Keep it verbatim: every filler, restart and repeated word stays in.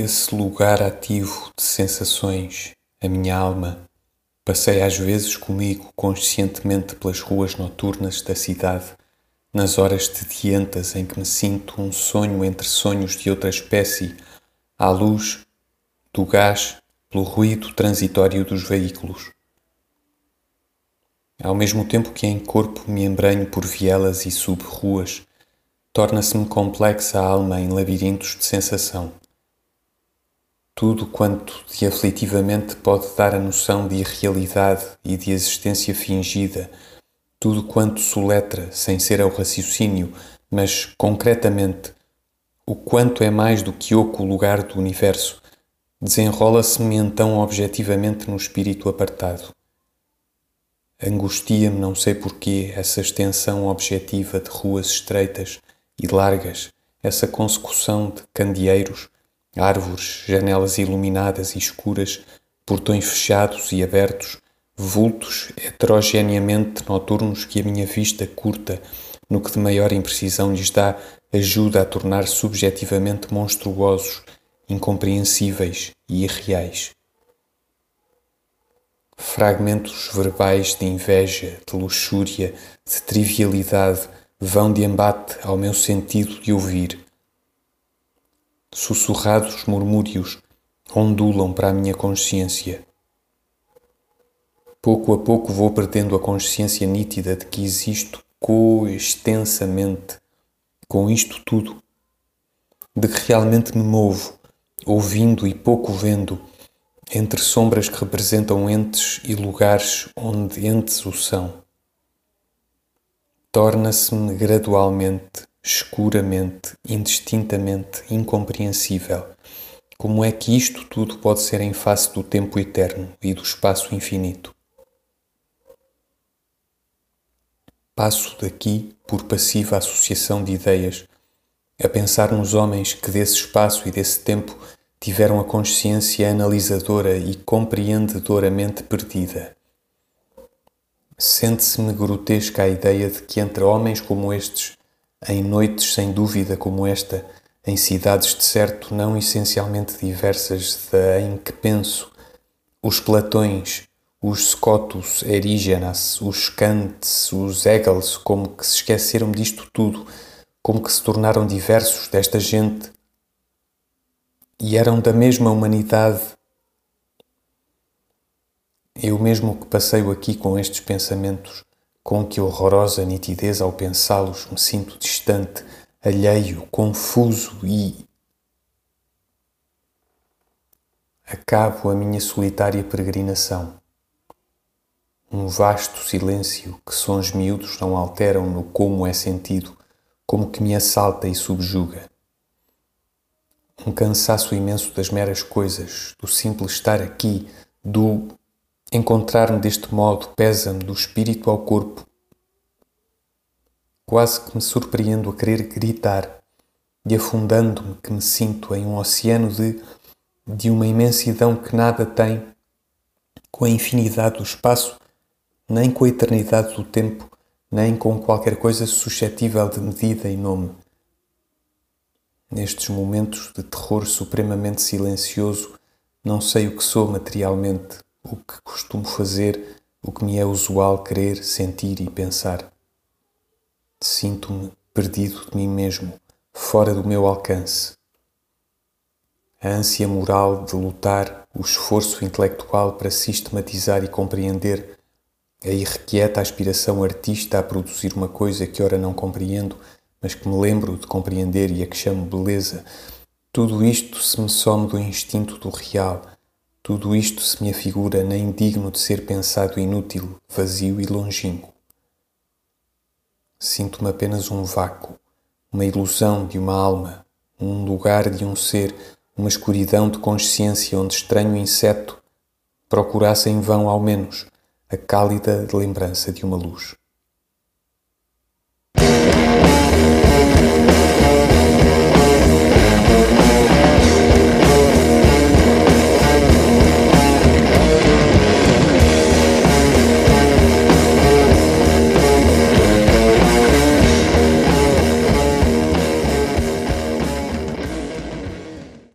Esse lugar ativo de sensações, a minha alma, passeia às vezes comigo conscientemente pelas ruas noturnas da cidade, nas horas tedientas em que me sinto um sonho entre sonhos de outra espécie, à luz do gás, pelo ruído transitório dos veículos. Ao mesmo tempo que em corpo me embranho por vielas e sub-ruas, torna-se-me complexa a alma em labirintos de sensação. Tudo quanto de aflitivamente pode dar a noção de irrealidade e de existência fingida, tudo quanto soletra, sem ser ao raciocínio, mas concretamente, o quanto é mais do que oco lugar do universo, desenrola-se-me então objetivamente no espírito apartado. Angustia-me, não sei porquê, essa extensão objetiva de ruas estreitas e largas, essa consecução de candeeiros, árvores, janelas iluminadas e escuras, portões fechados e abertos, vultos heterogeneamente noturnos que a minha vista curta, no que de maior imprecisão lhes dá, ajuda a tornar subjetivamente monstruosos, incompreensíveis e irreais. Fragmentos verbais de inveja, de luxúria, de trivialidade vão de embate ao meu sentido de ouvir. Sussurrados murmúrios ondulam para a minha consciência. Pouco a pouco vou perdendo a consciência nítida de que existo coextensamente com isto tudo, de que realmente me movo, ouvindo e pouco vendo, entre sombras que representam entes e lugares onde entes o são. Torna-se-me gradualmente, escuramente, indistintamente incompreensível. Como é que isto tudo pode ser em face do tempo eterno e do espaço infinito? Passo daqui, por passiva associação de ideias, a pensar nos homens que desse espaço e desse tempo tiveram a consciência analisadora e compreendedoramente perdida. Sente-se-me grotesca a ideia de que entre homens como estes, em noites sem dúvida como esta, em cidades de certo não essencialmente diversas da em que penso, os Platões, os Scotus Erígenas, os Kants, os Hegels, como que se esqueceram disto tudo, como que se tornaram diversos desta gente e eram da mesma humanidade. Eu mesmo que passeio aqui com estes pensamentos, com que horrorosa nitidez ao pensá-los me sinto distante, alheio, confuso e acabo a minha solitária peregrinação. Um vasto silêncio que sons miúdos não alteram no como é sentido, como que me assalta e subjuga. Um cansaço imenso das meras coisas, do simples estar aqui, do encontrar-me deste modo, pesa-me do espírito ao corpo. Quase que me surpreendo a querer gritar, e afundando-me que me sinto em um oceano de, de uma imensidão que nada tem com a infinidade do espaço, nem com a eternidade do tempo, nem com qualquer coisa suscetível de medida e nome. Nestes momentos de terror supremamente silencioso, não sei o que sou materialmente, o que costumo fazer, o que me é usual querer, sentir e pensar. Sinto-me perdido de mim mesmo, fora do meu alcance. A ânsia moral de lutar, o esforço intelectual para sistematizar e compreender, a irrequieta aspiração artista a produzir uma coisa que ora não compreendo, mas que me lembro de compreender e a que chamo beleza, tudo isto se me some do instinto do real, tudo isto se me afigura nem digno de ser pensado inútil, vazio e longínquo. Sinto-me apenas um vácuo, uma ilusão de uma alma, um lugar de um ser, uma escuridão de consciência onde estranho inseto procurasse em vão ao menos a cálida lembrança de uma luz.